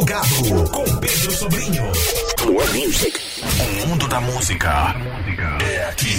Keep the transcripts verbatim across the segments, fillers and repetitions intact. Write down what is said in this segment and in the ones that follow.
Plugado com Pedro Sobrinho. Plug Music. O mundo da música é aqui.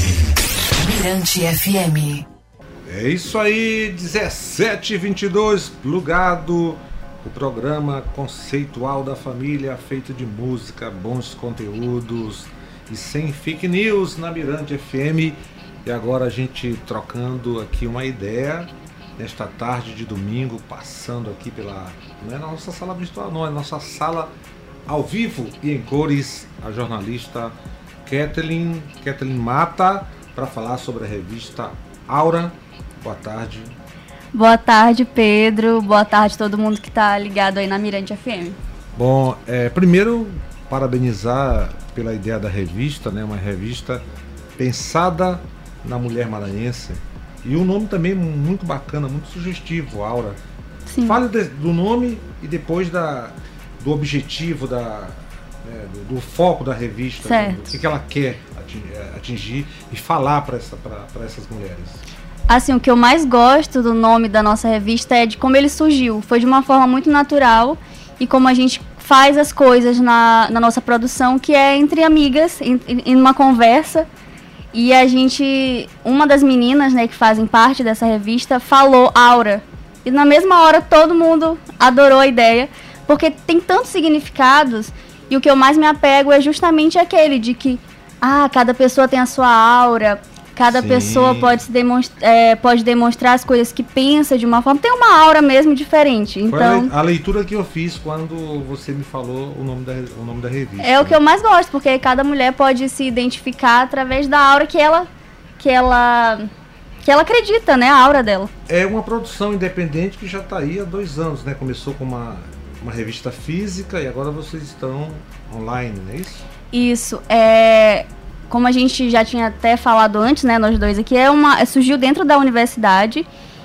Mirante F M. É isso aí, dezessete e vinte e dois, Plugado, o programa conceitual da família, feito de música, bons conteúdos e sem fake news na Mirante F M. E agora a gente trocando aqui uma ideia nesta tarde de domingo, passando aqui pela, não é na nossa sala virtual não, é nossa sala ao vivo e em cores, a jornalista Kathleen, Kathleen Mata, para falar sobre a revista Aura. Boa tarde. Boa tarde, Pedro. Boa tarde a todo mundo que está ligado aí na Mirante F M. Bom, é, primeiro, parabenizar pela ideia da revista, né? Uma revista pensada na mulher maranhense. E um nome também muito bacana, muito sugestivo, Aura. Sim. Fale de, do nome e depois da, do objetivo, da, né, do, do foco da revista, certo. Do, do que, que ela quer atingir, atingir e falar para essa, essas mulheres. Assim, o que eu mais gosto do nome da nossa revista é de como ele surgiu. Foi de uma forma muito natural e como a gente faz as coisas na, na nossa produção, que é entre amigas, em, em uma conversa. E a gente, uma das meninas, né, que fazem parte dessa revista, falou Aura. E na mesma hora todo mundo adorou a ideia, porque tem tantos significados e o que eu mais me apego é justamente aquele de que ah, cada pessoa tem a sua aura, cada Sim. pessoa pode, se demonstra, é, pode demonstrar as coisas que pensa de uma forma, tem uma aura mesmo diferente. Então, foi a leitura que eu fiz quando você me falou o nome da, o nome da revista. É, né? O que eu mais gosto, porque cada mulher pode se identificar através da aura que ela, que ela, que ela acredita, né? A aura dela. É uma produção independente que já está aí há dois anos, né? Começou com uma, uma revista física e agora vocês estão online, não é isso? Isso, é... Como a gente já tinha até falado antes, né, nós dois aqui, é uma, surgiu dentro da universidade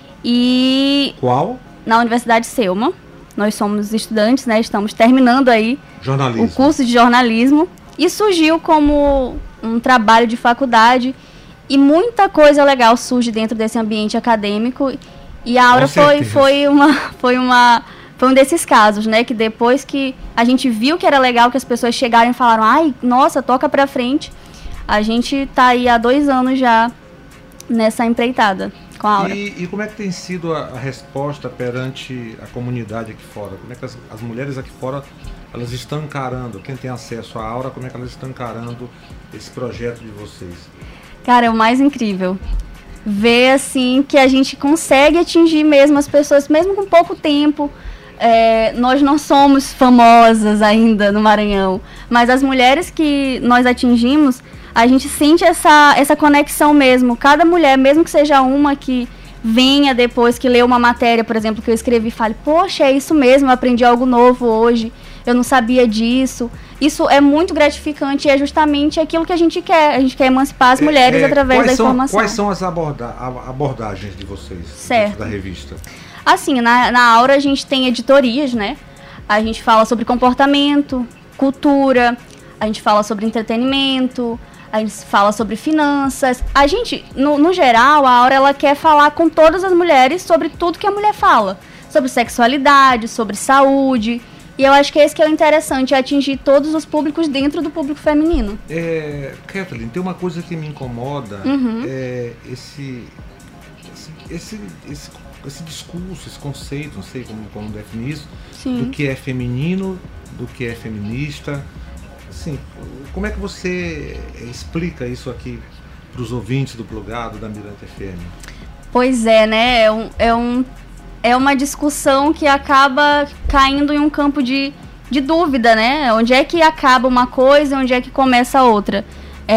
e... Qual? Na Universidade Selma. Nós somos estudantes, né, estamos terminando aí jornalismo. O curso de jornalismo. E surgiu como um trabalho de faculdade e muita coisa legal surge dentro desse ambiente acadêmico. E a Aura foi, foi, uma, foi, uma, foi um desses casos, né, que depois que a gente viu que era legal, que as pessoas chegaram e falaram, ai, nossa, toca pra frente. A gente tá aí há dois anos já nessa empreitada com a Aura. E, e como é que tem sido a, a resposta perante a comunidade aqui fora? Como é que as, as mulheres aqui fora, elas estão encarando, quem tem acesso à Aura, como é que elas estão encarando esse projeto de vocês? Cara, é o mais incrível. Ver, assim, que a gente consegue atingir mesmo as pessoas, mesmo com pouco tempo. É, nós não somos famosas ainda no Maranhão, mas as mulheres que nós atingimos, a gente sente essa, essa conexão mesmo. Cada mulher, mesmo que seja uma que venha depois, que lê uma matéria, por exemplo, que eu escrevi e fale, poxa, é isso mesmo, eu aprendi algo novo hoje, eu não sabia disso. Isso é muito gratificante e é justamente aquilo que a gente quer. A gente quer emancipar as mulheres é, é, através da são, informação. Quais são as aborda- abordagens de vocês certo. Da revista? Assim, na, na Aura a gente tem editorias, né? A gente fala sobre comportamento, cultura, a gente fala sobre entretenimento, a gente fala sobre finanças. A gente, no, no geral, a Aura ela quer falar com todas as mulheres sobre tudo que a mulher fala. Sobre sexualidade, sobre saúde. E eu acho que esse que é o interessante, é atingir todos os públicos dentro do público feminino. É, Kathleen, tem uma coisa que me incomoda, uhum. é esse, esse, esse, esse, esse discurso, esse conceito, não sei como, como definir isso, Sim. do que é feminino, do que é feminista. Assim, como é que você explica isso aqui para os ouvintes do Plugado, da Mirante F M? Pois é, né? É, um, é, um, é uma discussão que acaba caindo em um campo de, de dúvida, né? Onde é que acaba uma coisa e onde é que começa a outra.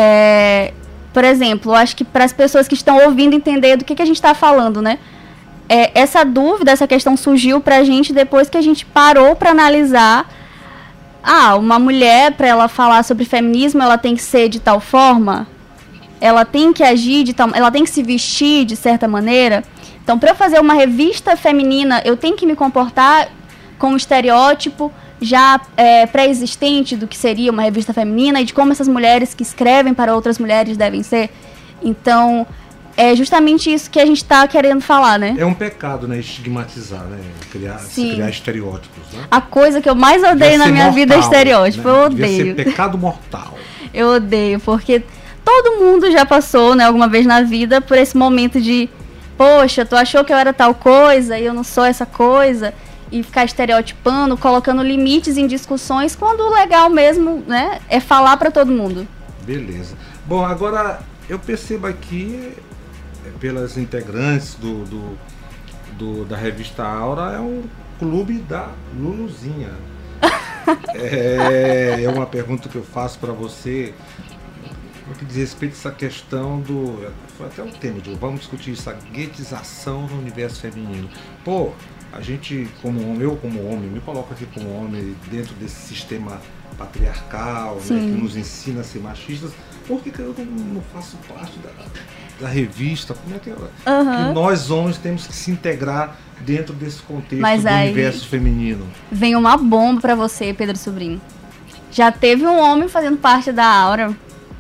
É, por exemplo, acho que para as pessoas que estão ouvindo entender do que, que a gente está falando, né? É, essa dúvida, essa questão surgiu para a gente depois que a gente parou para analisar. Ah, uma mulher, para ela falar sobre feminismo, ela tem que ser de tal forma? Ela tem que agir de tal... Ela tem que se vestir de certa maneira? Então, para eu fazer uma revista feminina, eu tenho que me comportar com um estereótipo já é, pré-existente do que seria uma revista feminina e de como essas mulheres que escrevem para outras mulheres devem ser. Então, é justamente isso que a gente está querendo falar, né? É um pecado, né? Estigmatizar, né? Criar, se criar estereótipos, né? A coisa que eu mais odeio na minha mortal, vida é estereótipo. Né? Eu odeio. Devia ser pecado mortal. Eu odeio, porque todo mundo já passou, né, alguma vez na vida por esse momento de, poxa, tu achou que eu era tal coisa e eu não sou essa coisa, e ficar estereotipando, colocando limites em discussões, quando o legal mesmo, né, é falar para todo mundo. Beleza. Bom, agora eu percebo aqui, pelas integrantes do, do, do, da revista Aura, é um clube da Luluzinha. é, é uma pergunta que eu faço para você, no que diz respeito a essa questão do... Foi até o tema de vamos discutir isso, a guetização no universo feminino. Pô, a gente, como homem, eu como homem, me coloco aqui como homem dentro desse sistema patriarcal, né, que nos ensina a ser machistas. Por que, que eu não, não faço parte da, da revista? Como é que, eu, uhum. que nós homens temos que se integrar dentro desse contexto Mas do universo feminino? Vem uma bomba pra você, Pedro Sobrinho. Já teve um homem fazendo parte da Aura,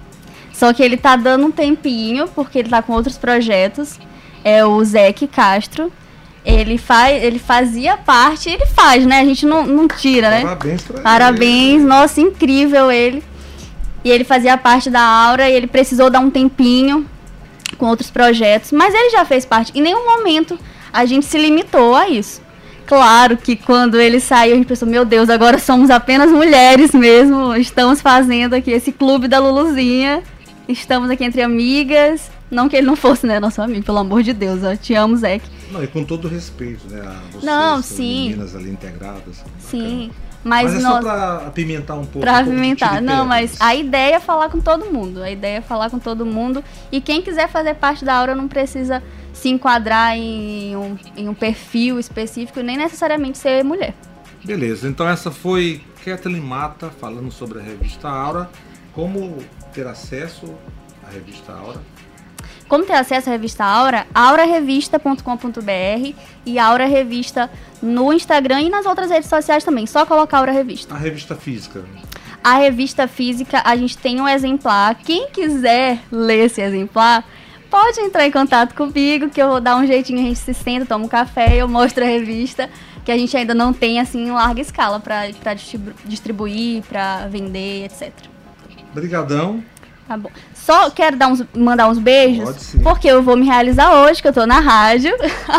só que ele tá dando um tempinho, porque ele tá com outros projetos. É o Zeque Castro. Ele, faz, ele fazia parte, ele faz, né? A gente não, não tira, né? Parabéns pra Parabéns, ele. Nossa, incrível ele. E ele fazia parte da Aura e ele precisou dar um tempinho com outros projetos, mas ele já fez parte. Em nenhum momento a gente se limitou a isso. Claro que quando ele saiu, a gente pensou, meu Deus, agora somos apenas mulheres mesmo, estamos fazendo aqui esse clube da Luluzinha, estamos aqui entre amigas. Não que ele não fosse, né, nosso amigo, pelo amor de Deus, eu te amo, Zeque. Não, e com todo respeito, né, a vocês, não, sim. meninas ali integradas. Sim. Mas, mas é nós... só pra apimentar um pouco. Pra um apimentar, pouco não, mas a ideia é falar com todo mundo. A ideia é falar com todo mundo. E quem quiser fazer parte da Aura não precisa se enquadrar em um, em um perfil específico, nem necessariamente ser mulher. Beleza, então essa foi Kathleen Mata falando sobre a revista Aura. Como ter acesso à revista Aura? Como ter acesso à revista Aura? aura revista ponto com ponto b r e Aura Revista no Instagram e nas outras redes sociais também. Só colocar Aura Revista. A revista física? A revista física, a gente tem um exemplar. Quem quiser ler esse exemplar, pode entrar em contato comigo, que eu vou dar um jeitinho, a gente se senta, toma um café e eu mostro a revista, que a gente ainda não tem assim em larga escala para distribu- distribuir, para vender, etcétera. Obrigadão. Tá bom. Só quero dar uns, mandar uns beijos, Pode, sim. Porque eu vou me realizar hoje, que eu tô na rádio.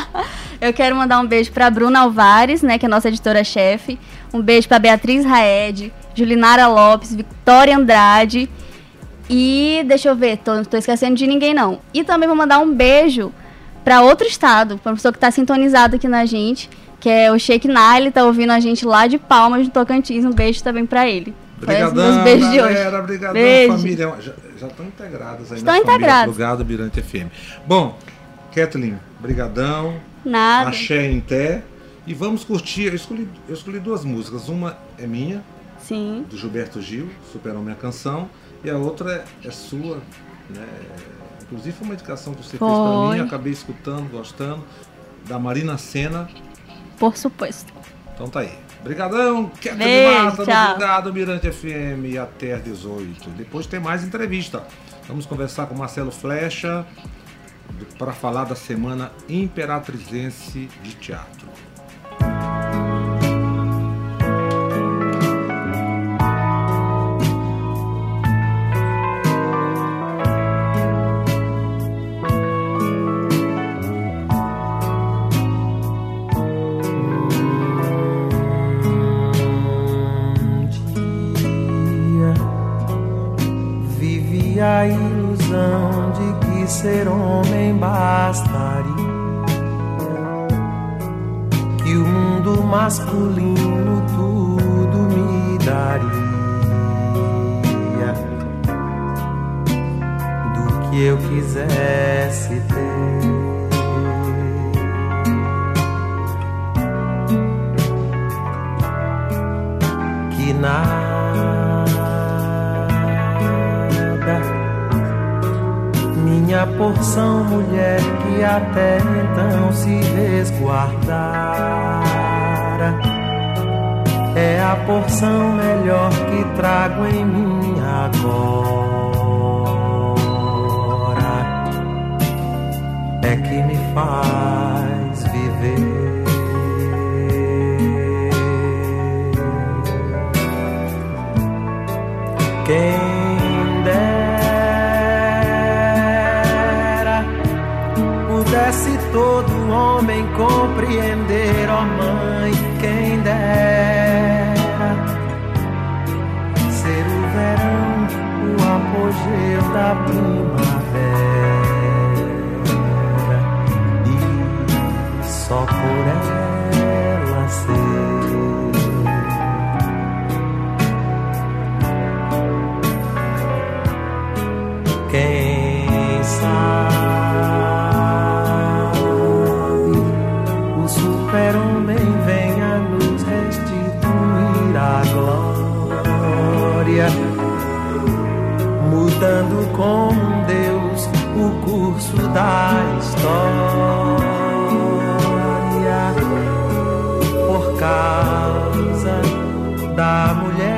Eu quero mandar um beijo pra Bruna Alvares, né, que é a nossa editora-chefe. Um beijo pra Beatriz Raed, Julinara Lopes, Vitória Andrade. E, deixa eu ver, tô, não tô esquecendo de ninguém não. E também vou mandar um beijo pra outro estado, pra uma pessoa que tá sintonizada aqui na gente, que é o Sheik Naili, tá ouvindo a gente lá de Palmas, do Tocantins. Um beijo também pra ele. Obrigadão, beijos galera, de hoje. Obrigadão, Beijo. família. Já estão integradas aí Estão na integradas. família Plugado Mirante F M. Bom, Kathleen, brigadão. Nada. Axé em Té. E vamos curtir, eu escolhi, eu escolhi duas músicas. Uma é minha, Sim. do Gilberto Gil, Superou Minha Canção. E a outra é, é sua, né? Inclusive foi uma indicação que você Foi. fez pra mim, acabei escutando, gostando. Da Marina Sena. Por suposto. Então tá aí. Obrigadão, Kathleen Beijo, Mata, tchau. Plugado Mirante F M, até às dezoito. Depois tem mais entrevista. Vamos conversar com Marcelo Flecha para falar da Semana Imperatrizense de Teatro. A ilusão de que ser homem bastaria, que o mundo masculino tudo me daria, do que eu quisesse ter. Que nada minha porção, mulher, que até então se resguardara, é a porção melhor que trago em mim agora. é que me faz viver. Quem dera pudesse todo homem compreender, ó mãe, quem dera ser o verão, o apogeu da primavera e só por ela ser. Quem sabe o super-homem venha nos restituir a glória, mudando com Deus o curso da história, por causa da mulher.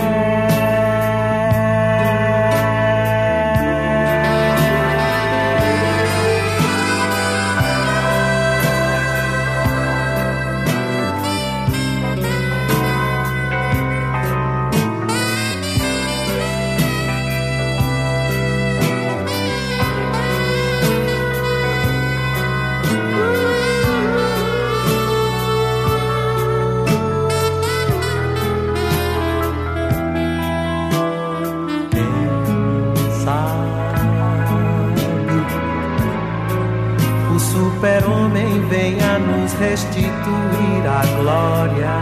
Super-homem venha nos restituir a glória,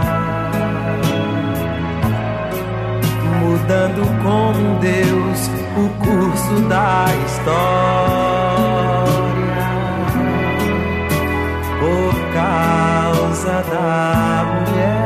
mudando com Deus o curso da história, por causa da mulher.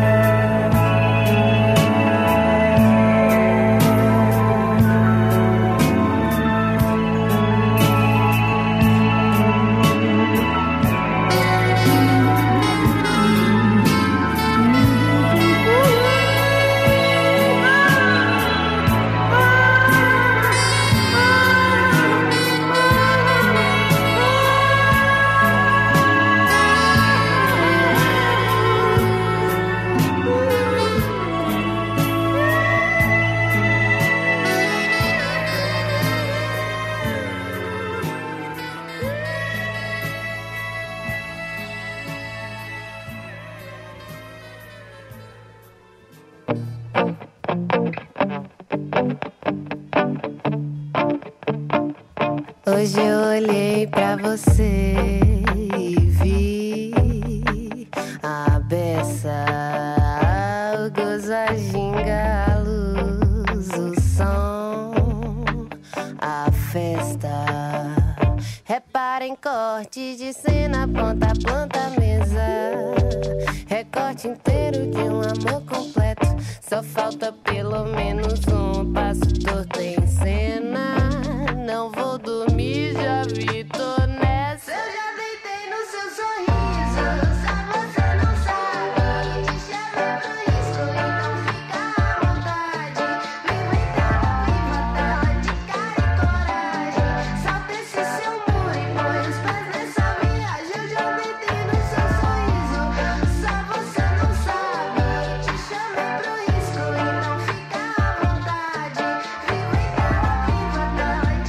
Hoje eu olhei pra você e vi a beça, o gozo, a ginga, a luz, o som, a festa. Repara em corte de cena, ponta a planta, mesa, recorte inteiro de um amor completo. Só falta pelo menos um passo torto em cena. Não vou dormir, já vi, tô nessa. Eu já deitei no seu sorriso, só você não sabe. Te chamei pro risco e não fica à vontade. Viva e tela, viva tela de cara e coragem. Solta esse seu muro e põe os pés nessa viagem. Eu já deitei no seu sorriso, só você não sabe. Te chamei pro risco e não fica à vontade. Viva e tela, viva tela de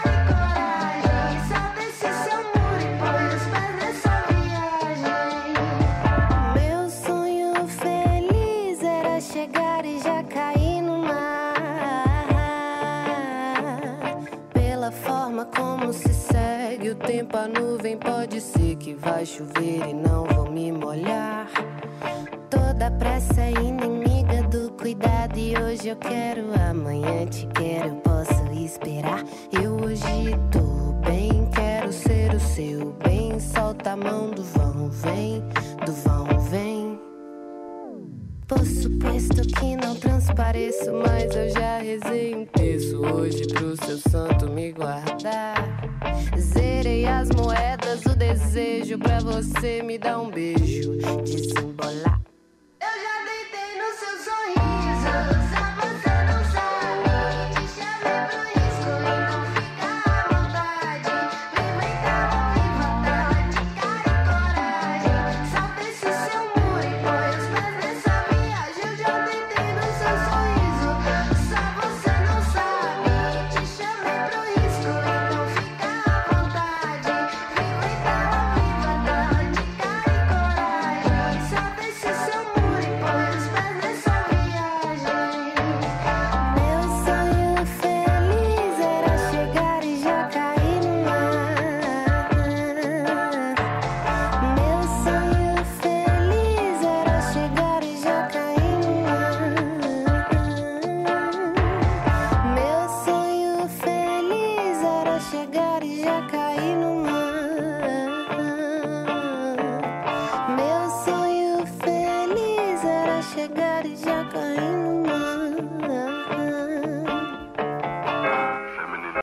como se segue o tempo, a nuvem pode ser que vai chover e não vou me molhar. Toda pressa é inimiga do cuidado e hoje eu quero, amanhã te quero, eu posso esperar. Eu hoje tô bem, quero ser o seu bem. Solta a mão do vão, vem, do vão, vem. Por suposto que não transpareço, mas eu já rezei um terço hoje pro seu santo me guardar. Zerei as moedas, o desejo pra você me dar um beijo, desembolar